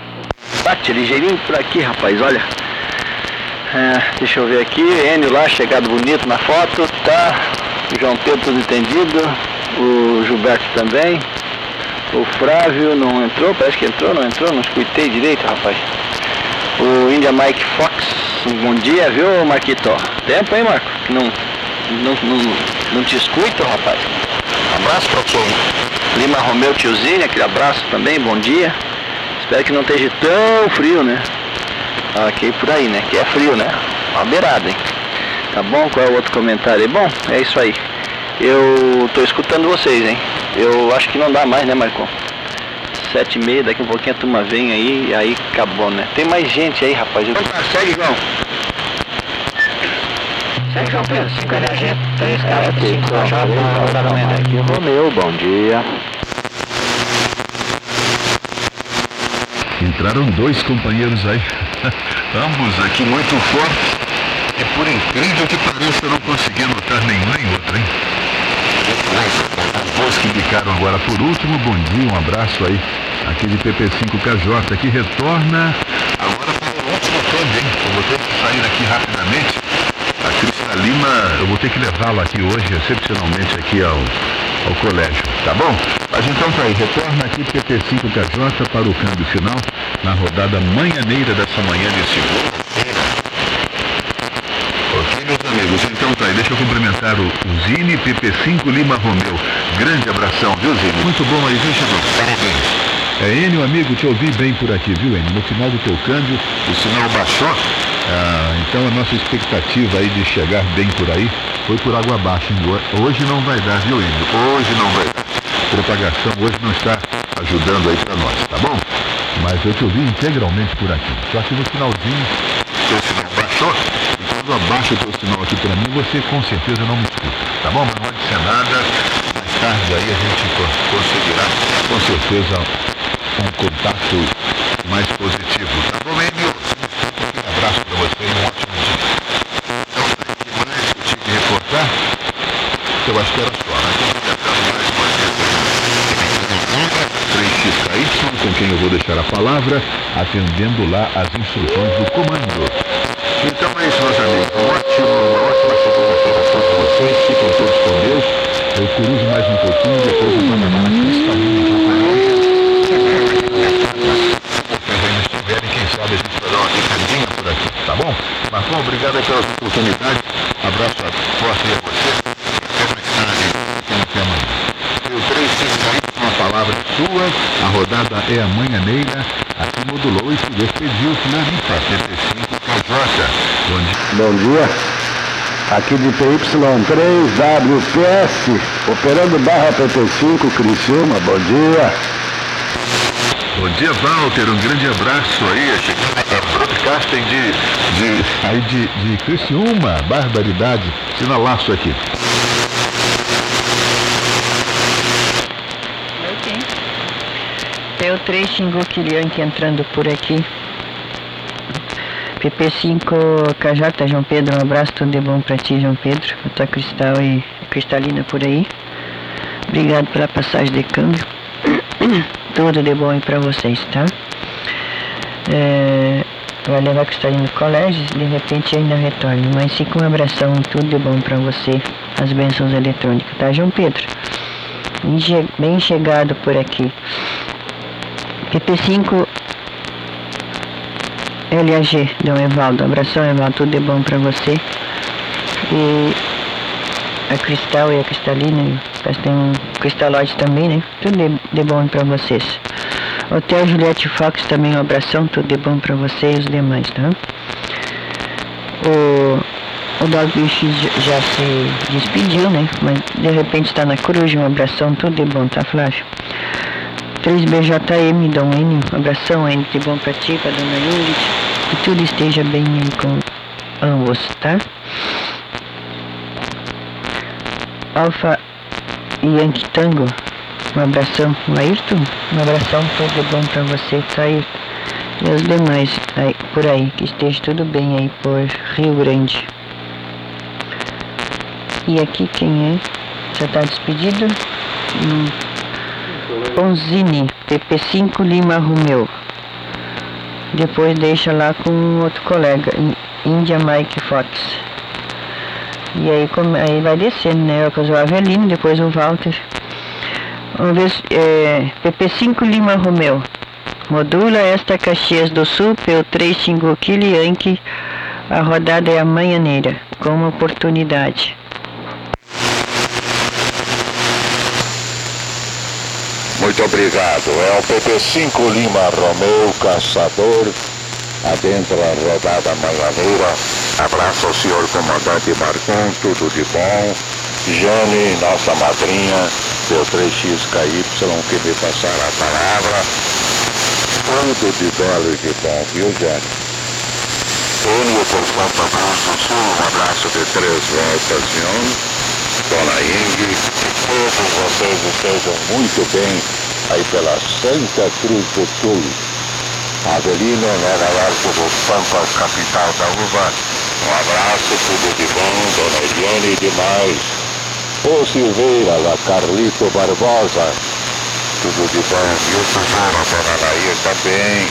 bate ligeirinho por aqui, rapaz, olha. É, deixa eu ver aqui, Enio lá, chegado bonito na foto, tá? O João Pedro tudo entendido, o Gilberto também, o Flávio não entrou, parece que entrou, não entrou, não escutei direito, rapaz. O India Mike Fox, bom dia, viu, Marquito? Tempo, hein, Marco? Não, não, não, não te escuto, rapaz. Abraço pra quem? Lima Romeu Tiozinho, aquele abraço também, bom dia. Espero que não esteja tão frio, né? Ok, por aí, né? Que é frio, né? Uma beirada, hein? Tá bom? Qual é o outro comentário aí? Bom, é isso aí. Eu tô escutando vocês, hein? Eu acho que não dá mais, né, Marcon? Sete e meia, daqui um pouquinho a turma vem aí e aí acabou, né? Tem mais gente aí, rapaz. Eu... Opa, segue, João. Segue, João Pedro. cinco L G, três K, cinco J, aqui o Romeu, bom dia. Entraram dois companheiros aí, ambos aqui muito fortes, e por incrível que pareça não consegui anotar nenhum nem outro, hein? Os que ficaram agora por último, bom dia, um abraço aí, aquele P P cinco K J que retorna agora para o último câmbio, hein? Eu vou ter que sair aqui rapidamente, a Cristalina, eu vou ter que levá-la aqui hoje, excepcionalmente aqui ao, ao colégio, tá bom? Mas então tá aí, retorna aqui P P cinco K J para o câmbio final na rodada manhãneira dessa manhã de segunda-feira. Ok, meus amigos, então tá aí, deixa eu cumprimentar o, o Zine, P P cinco Lima Romeu. Grande abração, viu, Zine? Muito bom aí, viu, Chegou? Parabéns. É, Enio, amigo, te ouvi bem por aqui, viu, Enio? No final do teu câmbio, o sinal baixou. Ah, então a nossa expectativa aí de chegar bem por aí foi por água abaixo. Hoje não vai dar, viu, Enio? Hoje não vai dar. Propagação hoje não está ajudando aí para nós, tá bom? Mas eu te ouvi integralmente por aqui. Só que no finalzinho, seu sinal baixou, e quando abaixa o teu sinal aqui para mim, você com certeza não me escuta, tá bom? Mas não pode ser nada, mais tarde aí a gente conseguirá, com certeza, um contato mais positivo, tá bom, Enio? Um abraço para você e um ótimo dia. Então, o que mais eu tive que reportar? Eu acho que era só, né? três X K Y, com quem eu vou deixar a palavra, atendendo lá as instruções do comando. Então é isso, meus amigos. Um ótimo, uma ótima segunda-feira a todos vocês. Fiquem todos com Deus. Eu corujo mais um pouquinho, depois eu vou mandar na Cristalina já para hoje. Vocês ainda estiverem, quem sabe a gente vai dar uma picadinha por aqui, tá bom? Marcão, obrigado aí pela oportunidade. Abraço forte aí a você. Até mais tarde. Até amanhã. Eu três X K Y, uma palavra sua, a rodada é a manhãneira, aqui modulou e se despediu, finaliza, P P cinco K J. Bom dia. Bom dia, aqui de P Y três W P S, operando barra P P cinco Criciúma, bom dia. Bom dia, Walter, um grande abraço aí, chegando a broadcasting de, de, aí de, de Criciúma, barbaridade, sinalaço aqui. É o três Xingu Kilianque entrando por aqui. P P cinco K J, João Pedro, um abraço, tudo de bom pra ti, João Pedro. A tua Cristal e Cristalina por aí. Obrigado pela passagem de câmbio. Tudo de bom aí pra vocês, tá? É, vai levar a Cristalina no colégio, de repente ainda retorna. Mas fica um abração, tudo de bom pra você. As bênçãos eletrônicas, tá, João Pedro? Bem chegado por aqui. P P cinco L A G, Dom Evaldo, abração, Evaldo, tudo de bom pra você. E a Cristal e a Cristalina, parece que tem um Cristalóide também, né? Tudo de, de bom pra vocês. Hotel Juliette Fox também, um abração, tudo de bom pra você e os demais, tá? O, o W X já se despediu, né? Mas de repente está na coruja, um abração, tudo de bom, tá, Flávio? três B J M, Dom Enio, um abração, Enio, de bom pra ti, pra dona Yuri, que tudo esteja bem aí com ambos, tá? Alfa Yankee Tango, um abração, o Ayrton, um abração, tudo de bom pra você, tá, Ayrton? E os demais aí, por aí, que esteja tudo bem aí por Rio Grande. E aqui quem é? Já tá despedido? Hum. Ponzini, P P cinco Lima Romeu. depois deixa lá com um outro colega, Índia Mike Fox. E aí, aí vai descendo, né? O Avelino, depois o Walter. Vamos ver, é, P P cinco Lima Romeu. Modula esta Caxias do Sul, P O três Xingu Kili Yankee. A rodada é amanhaneira, com uma oportunidade. Muito obrigado. É o P P cinco Lima Romeu, caçador. Adentra a rodada manhãneira. Abraço ao senhor comandante Marcon, tudo de bom. Jane, nossa madrinha, P O três X K Y, que me passar a palavra. Tudo de belo e de bom, viu, Jane? Enio por Santa Cruz do Sul, um abraço de três voltas de um. Dona Ing, que todos vocês estejam muito bem aí pela Santa Cruz do Sul. Avelino, Nova York do Pampas, capital da uva. Um abraço, tudo de bom, Dona Eliane, demais. Ô Silveira, lá Carlito Barbosa, tudo de bom. E o Tesouro, Dona Laís também.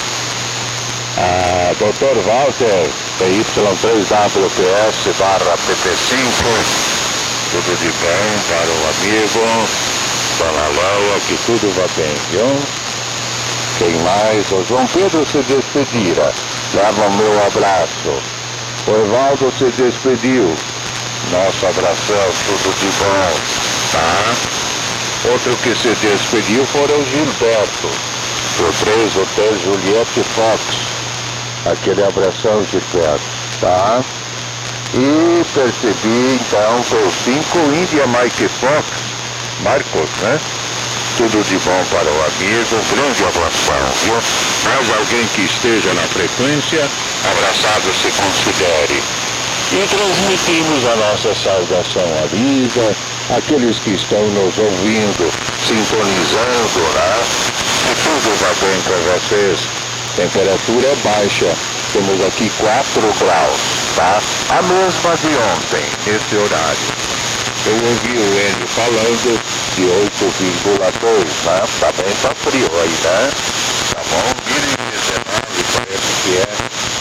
Ah, doutor Walter, P Y três W P S barra P P cinco, tudo de bom para o amigo. Dona Laura, que tudo vá bem, viu? Quem mais? O João Pedro se despedira. Leva o meu abraço. O Evaldo se despediu. Nosso abração, tudo de bom, tá? Outro que se despediu foram o Gilberto. O três Hotel Juliette Fox. Aquele abração, Gilberto, tá? E percebi então que o cinco Índia Mike Fox, Marcos, né? Tudo de bom para o amigo, um grande abração, viu? Mais alguém que esteja na frequência, abraçado se considere. E transmitimos a nossa saudação amiga, aqueles que estão nos ouvindo, sintonizando, né? E tudo vai bem com vocês. Temperatura baixa, temos aqui quatro graus, tá? A mesma de ontem, esse horário. Eu ouvi o Enio falando de oito vírgula dois, né? Tá bem, tá frio aí, né? Tá bom? mil e dezenove parece que é,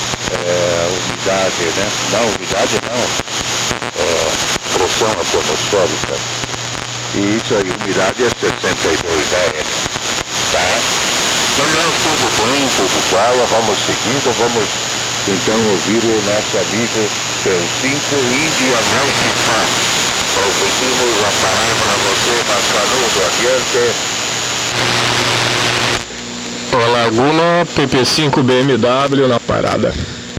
é umidade, né? Não, umidade não. É, pressão atmosférica. E isso aí, umidade é sessenta e dois, né, Enio? Tá? Então, tudo bem, tudo igual, vamos seguindo, vamos então ouvir o nosso amigo cinco Índia Mike Fox. Transmitimos a palavra a você, Mascarudo, adiante. O Laguna, P P cinco B M W na parada.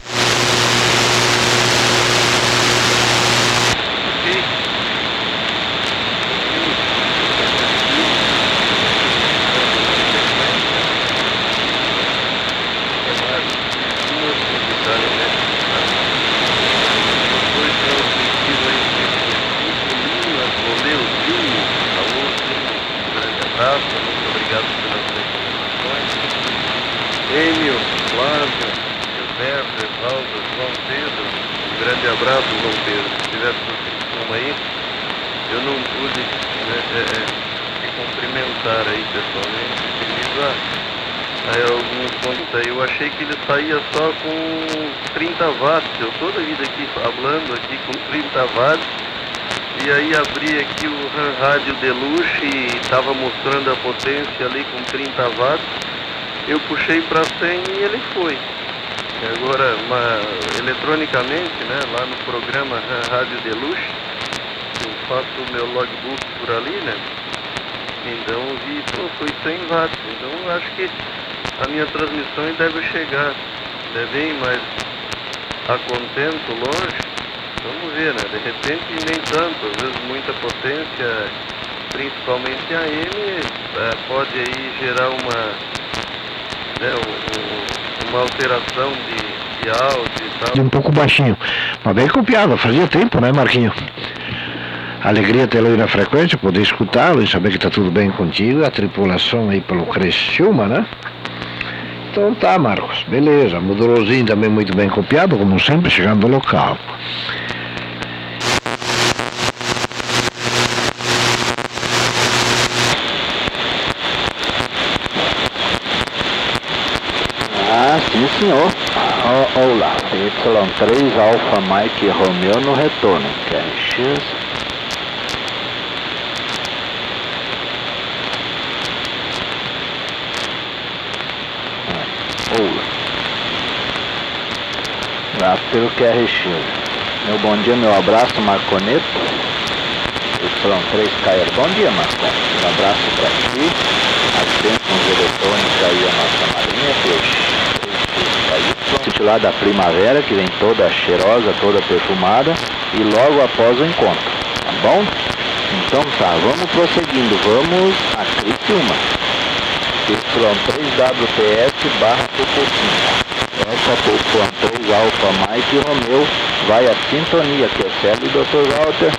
Enio, Flávio, Gilberto, Evaldo, João Pedro, um grande abraço, João Pedro. Se tiver uma aí, eu não pude né, é, é, te cumprimentar aí pessoalmente, devido a, a alguns pontos aí. Eu achei que ele saía só com trinta watts, eu toda a vida aqui falando aqui com trinta watts, e aí abri aqui o rádio Deluxe e estava mostrando a potência ali com trinta watts. Eu puxei para cem e ele foi. E agora, uma, eletronicamente, né, lá no programa Rádio Deluxe, eu faço o meu logbook por ali, né? Então vi, pô, foi cem watts. Então eu acho que a minha transmissão deve chegar, é bem mais a contento, longe. Vamos ver, né? De repente nem tanto, às vezes muita potência, principalmente a M, é, pode aí gerar uma É, uma alteração de, de áudio e tal. Um pouco baixinho, mas bem copiado, fazia tempo, né, Marquinho? Alegria tê-lo aí na frequência, poder escutá-lo e saber que está tudo bem contigo, a tripulação aí pelo Criciúma, né? Então tá, Marcos, beleza, modulozinho também muito bem copiado, como sempre, chegando no local. Ah, sim senhor. Oh, olá, Y três Alfa Mike Romeo no retorno, Q R X. Ah, olá. Lá pelo Q R X. Meu bom dia, meu abraço, Marconeto. Y três Caio. Bom dia, Marco. Um abraço para ti. As bênçãos eletrônicas aí, a nossa marinha, peixe. Sítio lá da primavera, que vem toda cheirosa, toda perfumada, e logo após o encontro, tá bom? Então tá, vamos prosseguindo, vamos a Criciúma. Y três W P S barra P P cinco. Delta Y três Alfa Mike Romeo, vai a sintonia, que é Célio, doutor Walter.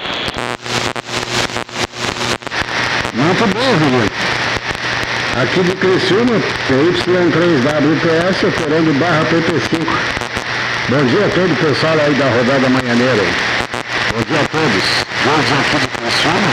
Muito bem, Vitor. Aqui de Criciúma, Y três W P S, operando barra P P cinco. Bom dia a todo o pessoal aí da rodada manhãneira. Bom dia a todos. Jorge aqui de Criciúma.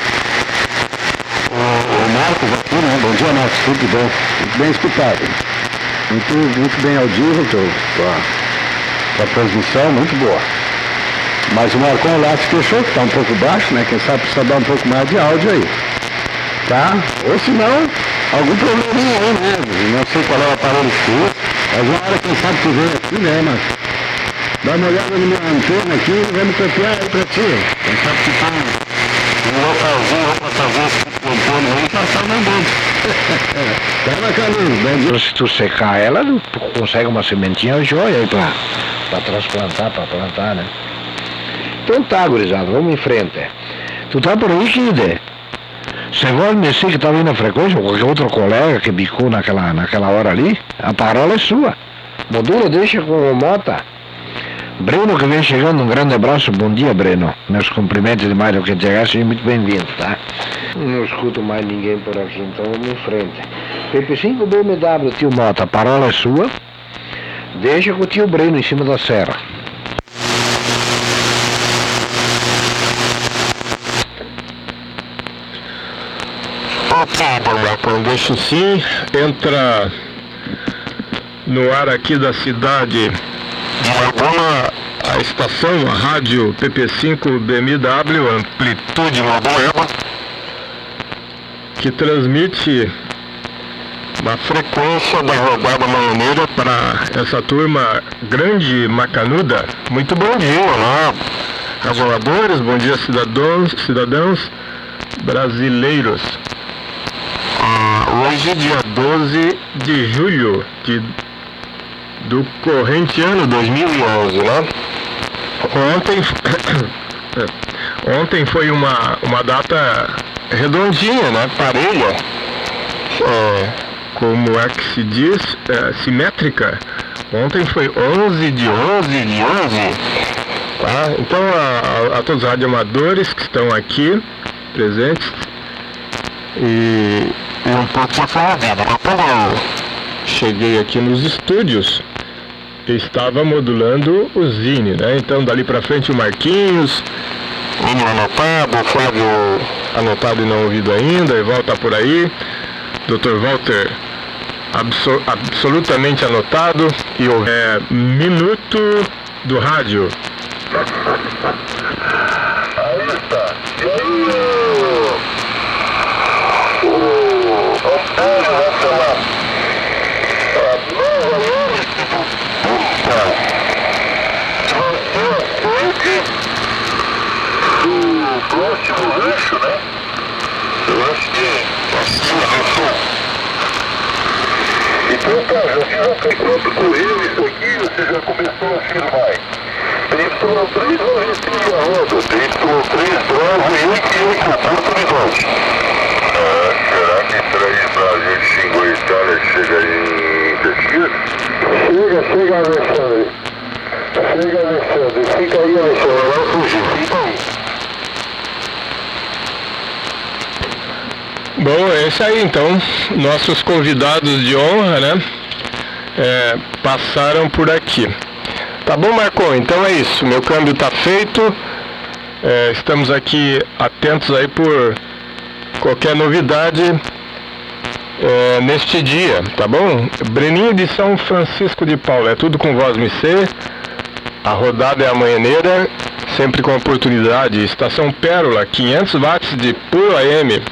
O, o Marcos aqui, né? Bom dia, Marcos. Tudo bem? Muito bem escutado. Muito, muito bem audível, a, a transmissão, muito boa. Mas o Marcon lá se queixou que está um pouco baixo, né? Quem sabe precisa dar um pouco mais de áudio aí. Tá? Ou se não, algum probleminha aí, né? Não sei qual é o aparelho que usa, mas uma hora quem sabe que vem aqui, né, mas dá uma olhada na minha antena aqui e vamos copiar aí pra ti. Quem sabe que tá um localzinho lá pra fazer esse tipo de antena aí, tá mandando. Tá bacana, se tu secar ela, tu consegue uma sementinha joia aí pra, pra transplantar, pra plantar, né? Então tá, gurizada, vamos em frente. Tu tá por aí, Kide? Você vai me dizer que estava indo na frequência, ou qualquer outro colega que bicou naquela, naquela hora ali, a parola é sua. Modula deixa com o Mota. Breno que vem chegando, um grande abraço, bom dia, Breno. Meus cumprimentos demais ao que chegar, seja muito bem-vindo, tá? Não escuto mais ninguém por aqui, então vamos em frente. P P cinco B M W, tio Mota, a parola é sua. Deixa com o tio Breno em cima da serra. Então deixa sim, entra no ar aqui da cidade de Laguna a estação, a rádio P P cinco B M W, amplitude Laguna, que transmite uma frequência da rodada manhãneira para essa turma grande macanuda. Muito bom dia, olá, ravoadores, bom dia cidadãos, cidadãos brasileiros. Ah, hoje, dia doze de julho de, do corrente ano dois mil e onze, né? Ontem, ontem foi uma, uma data redondinha, né? Parelha, é, como é que se diz, é, simétrica. Ontem foi onze de onze de onze. Tá? Então, a, a, a todos os radioamadores que estão aqui presentes, e eu um pouco já foi a vida, mas quando eu cheguei aqui nos estúdios, eu estava modulando o Zine, né? Então dali pra frente o Marquinhos, o Menino anotado, o Flávio anotado e não ouvido ainda, e volta por aí, doutor Walter abso absolutamente anotado, e o é, Minuto do Rádio. Aí está. E aí? O próximo rancho, né? Eu acho que assim, então tá, já fiz a pronto com ele, isso aqui, você já começou a firmar. Y três não retira a roda, Y três Bravo e oito e oito oportunidade. Ah, será que para ir pra gente se Itália chega em Caxias? Chega, chega, Alexandre. Chega, Alexandre. Fica aí, Alexandre. Vai fugir, fica aí. Bom, é isso aí então. Nossos convidados de honra, né? É, passaram por aqui. Tá bom, Marcon? Então é isso. Meu câmbio tá feito. É, estamos aqui atentos aí por qualquer novidade é, neste dia, tá bom? Breninho de São Francisco de Paula, é tudo com voz M C. A rodada é amanhãneira, sempre com oportunidade. Estação Pérola, quinhentos watts de puro A M.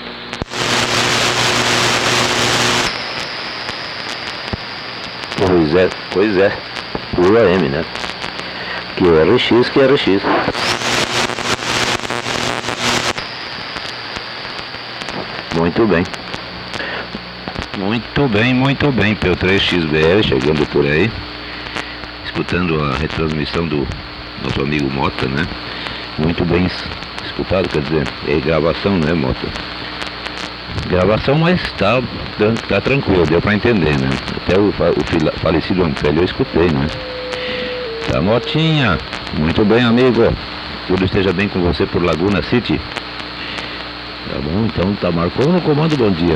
Pois é, pois é, puro A M, né? Que é R X, que é R X. Muito bem. Muito bem, muito bem. P três X B L chegando por aí. Escutando a retransmissão do nosso amigo Mota, né? Muito bem escutado, quer dizer, é gravação, né, Mota? Gravação, mas tá, tá tranquilo, deu pra entender, né? Até o, o falecido Ampélio eu escutei, né? Tá, Motinha, muito bem, amigo. Tudo esteja bem com você por Laguna City. Tá bom, então tá, marcou no comando, bom dia.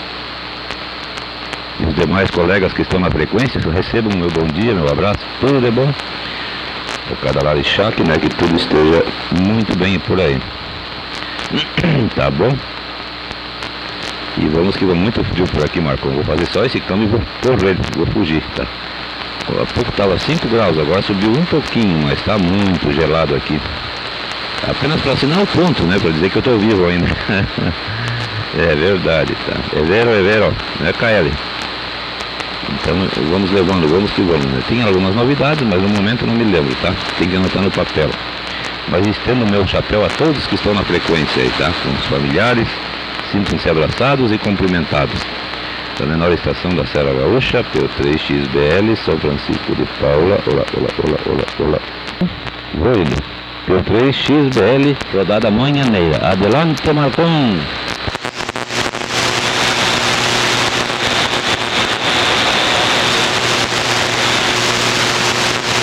E os demais colegas que estão na frequência, recebam meu bom dia, meu abraço, tudo de bom. O cada Larixac, né, que tudo esteja muito bem por aí. Tá bom? E vamos que vamos, muito frio por aqui, Marcão. Vou fazer só esse câmbio e vou correr, vou fugir, tá? Há pouco estava cinco graus, agora subiu um pouquinho, mas está muito gelado aqui. Apenas para assinar o ponto, né? Para dizer que eu estou vivo ainda. É verdade, tá? É vero, é vero, né, K L? Então vamos levando, vamos que vamos, né? Tem algumas novidades, mas no momento não me lembro, tá? Tem que anotar no papel. Mas estendo o meu chapéu a todos que estão na frequência aí, tá? Com os familiares, sintam-se abraçados e cumprimentados. Da menor estação da Serra Gaúcha, P três X B L, São Francisco de Paula. Olá, olá, olá, olá, olá. Vou indo. P três X B L, rodada manhãneira. Adelante, Marcão.